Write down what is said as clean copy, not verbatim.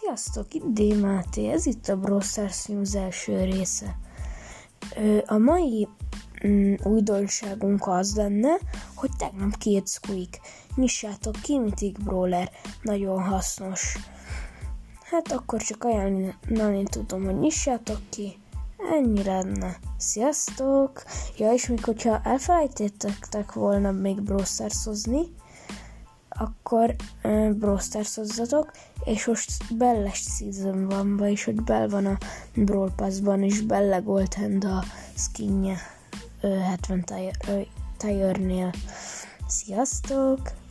Sziasztok, itt D. Máté, ez itt a Brawl Stars News első része. A mai újdonságunk az lenne, hogy tegnap kijött Squeak. Nyissátok ki, Mythic Brawler. Nagyon hasznos. Hát akkor csak ajánlani tudom, hogy nyissátok ki. Ennyi lenne. Sziasztok! Ja, és még hogyha elfelejtettek volna még Brawl Stars-ozni, akkor Brawl Stars-ozzatok, és most Belle Season van, vagyis hogy Belle van a Brawl Pass-ban, és Belle Gold Hand a skinje 70 tire-nél. Sziasztok!